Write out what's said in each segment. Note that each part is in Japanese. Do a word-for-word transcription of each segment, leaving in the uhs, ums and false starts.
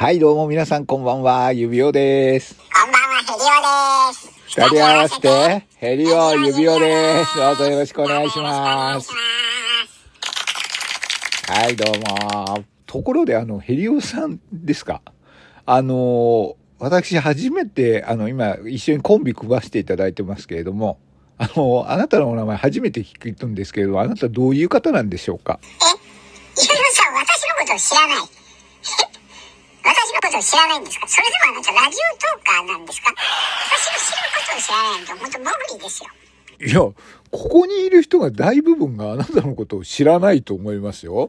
はいどうも皆さんこんばんは、指輪です。 こんばんは、ヘリオです。 二人合わせて、ヘリオ指輪です。どうぞよろしくお願いします。はいどうも。ところであの、ヘリオさんですか？あの、私初めて、あの、今一緒にコンビ組ませていただいてますけれども、あの、あなたのお名前初めて聞くんですけれど、あなたどういう方なんでしょうか？ え、指輪さん、私のことを知らない。私のことを知らないんですか？それでもあなたラジオトーカーなんですか？私の知ることを知らないと本当モグリですよ。 いや、ここにいる人が大部分があなたのことを知らないと思いますよ。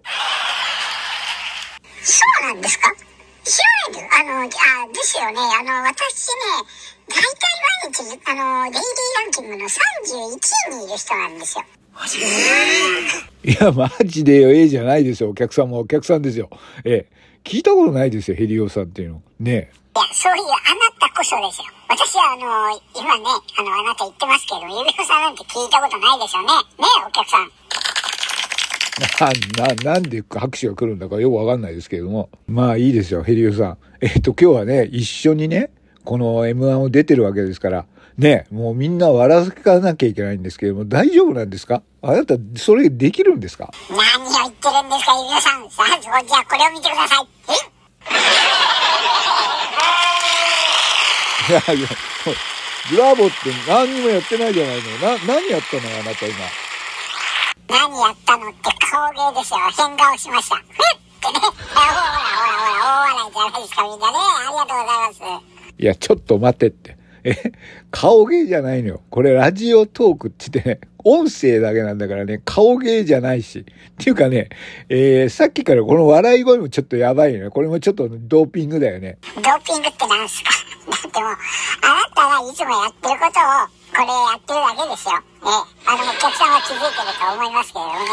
そうなんですか？知らないです。あの、あ、ですよね。あの、私ね、大体毎日、あの、デイリーランキングのさんじゅういちいにいる人なんですよ。マジで？ いや、マジでよ、ええじゃないですよ。お客さんもお客さんですよ。ええ。聞いたことないですよ、ヘリオさんっていうの。ねえ。 いや、そういうあなたこそですよ。私はあの、今ね、あの、あなた言ってますけど、指輪さんなんて聞いたことないですよね。ねえ、お客さん。 な、な、なんで拍手が来るんだかよくわかんないですけれども。まあいいですよ、ヘリオさん。えっと、今日はね、一緒にね、この エムワン を出てるわけですから、ね、もうみんな笑わかなきゃいけないんですけれども、大丈夫なんですか？あなた、それできるんですか？ 何を言ってるんですか、指輪さん。さあ、じゃあこれを見てください。 いやいや、ブラボーって何にもやってないじゃないの。な、何やったのあなた今。 何やったのって顔芸ですよ。変顔しました。ふってね。ほらほらほら、大笑いじゃないですか、みんなね。ありがとうございます。 いや、ちょっと待ってって。え、顔芸じゃないのよ。これラジオトークって言ってね、音声だけなんだからね、顔芸じゃないし。っていうかね、えー、さっきからこの笑い声もちょっとやばいね。これもちょっとドーピングだよね。 ドーピングってなんすか？だってもう、あなたがいつもやってることを、これやってるだけですよ。ね。あの、お客さんは気づいてると思いますけれどもね。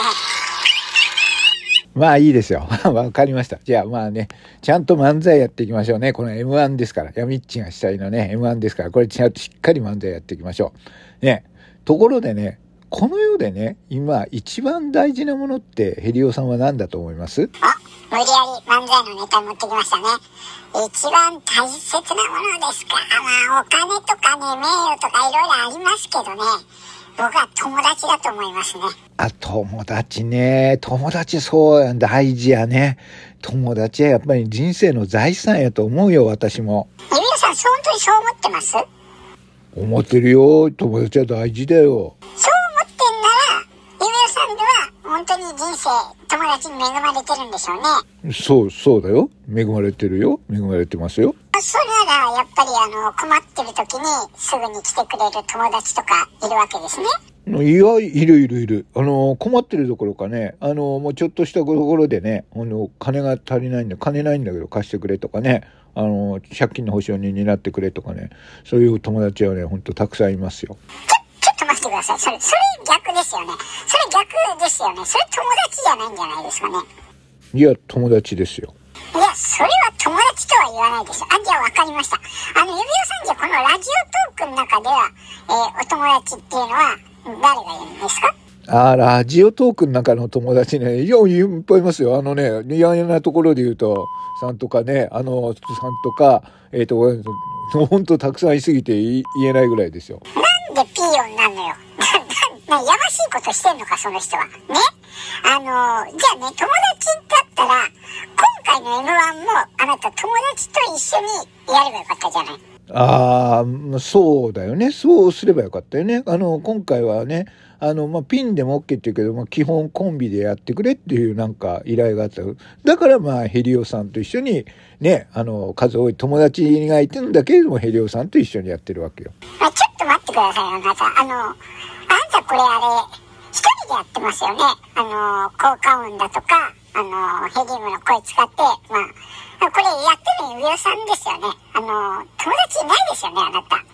まあいいですよ。わかりました。じゃあまあね、ちゃんと漫才やっていきましょうね。この エムワン ですから。ヤミッチが主催のね、エムワン ですから。これちゃんとしっかり漫才やっていきましょう。ね。ところでね、この世でね、今一番大事なものってヘリオさんは何だと思います？ あ、無理やり漫才のネタ持ってきましたね。一番大切なものですか？まあお金とかね、名誉とかいろいろありますけどね。僕は友達だと思いますね。 あ、友達ね。友達そうやん、大事やね。友達はやっぱり人生の財産やと思うよ、私も。 指輪さん、本当にそう思ってます？ 思ってるよ。友達は大事だよ。 そう思ってんなら、指輪さんでは本当に人生、友達に恵まれてるんでしょうね。 そう、そうだよ。恵まれてるよ。恵まれてますよ。 それなら、やっぱりあの、困ってる時にすぐに来てくれる友達とかいるわけですね。 いや、いるいるいる。あの、困ってるどころかね、あの、もうちょっとしたところでね、あの、金が足りないんだ、金ないんだけど貸してくれとかね、あの、借金の保証人になってくれとかね、そういう友達はね、ほんとたくさんいますよ。 ちょ、ちょっと待ってください。それ、それ逆ですよね。それ逆ですよね。それ友達じゃないんじゃないですかね。 いや、友達ですよ。 いや、それは友達とは言わないです。あ、じゃあ分かりました。あの、指輪さんじゃこのラジオトークの中では、えー、お友達っていうのは誰がいるんですか？ あ、ラジオトークの中の友達ね、いや、いっぱいいますよ。あのね、嫌なところで言うと、さんとかね、あの、さんとか、えっと、ほんとたくさんいすぎて言えないぐらいですよ。 なんでピーヨンなんのよ。な、な、やましいことしてんのか、その人は。ね。あの、じゃあね、友達だったら、今回の エムワン もあなた友達と一緒にやればよかったじゃない。 ああ、そうだよね。そうすればよかったよね。あの、今回はね、あの、まあ、ピンでも OK って言うけど、まあ、基本コンビでやってくれっていうなんか依頼があった。だからまあ、ヘリオさんと一緒にね、あの、数多い友達がいてんだけれども、ヘリオさんと一緒にやってるわけよ。 まあ、ちょっと待ってくださいよ、あなた。あの、あなたこれあれ、一人でやってますよね。あの、効果音だとか、あの、ヘリウムの声使って、まあ、これやってるの指輪さんですよね。あの、友達いないですよね、あなた。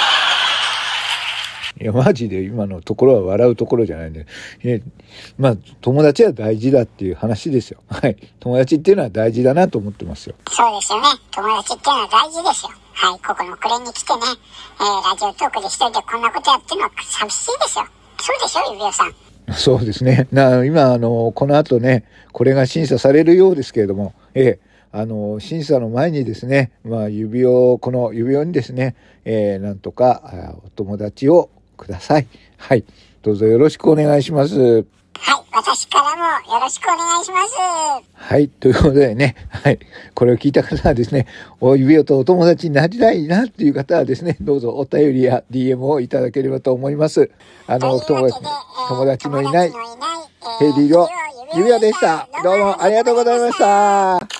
いや、マジで今のところは笑うところじゃないんで。えまあ、友達は大事だっていう話ですよ。はい。友達っていうのは大事だなと思ってますよ。 そうですよね。友達っていうのは大事ですよ。はい。ここの暮れに来てね、えー、ラジオトークで一人でこんなことやってるのは寂しいですよ。そうでしょ、指輪さん。 そうですね。な、今、あの、この後ね、これが審査されるようですけれども、ええ、 あの、審査の前にですね、まあ、指輪、この指輪にですね、えー、なんとか、お友達をください。はい。どうぞよろしくお願いします。 はい。私からもよろしくお願いします。 はい。ということでね、はい。これを聞いた方はですね、お指輪とお友達になりたいなっていう方はですね、どうぞお便りや ディーエム をいただければと思います。あの、友達、友達のいない、ヘイリーの指輪でした。どうもありがとうございました。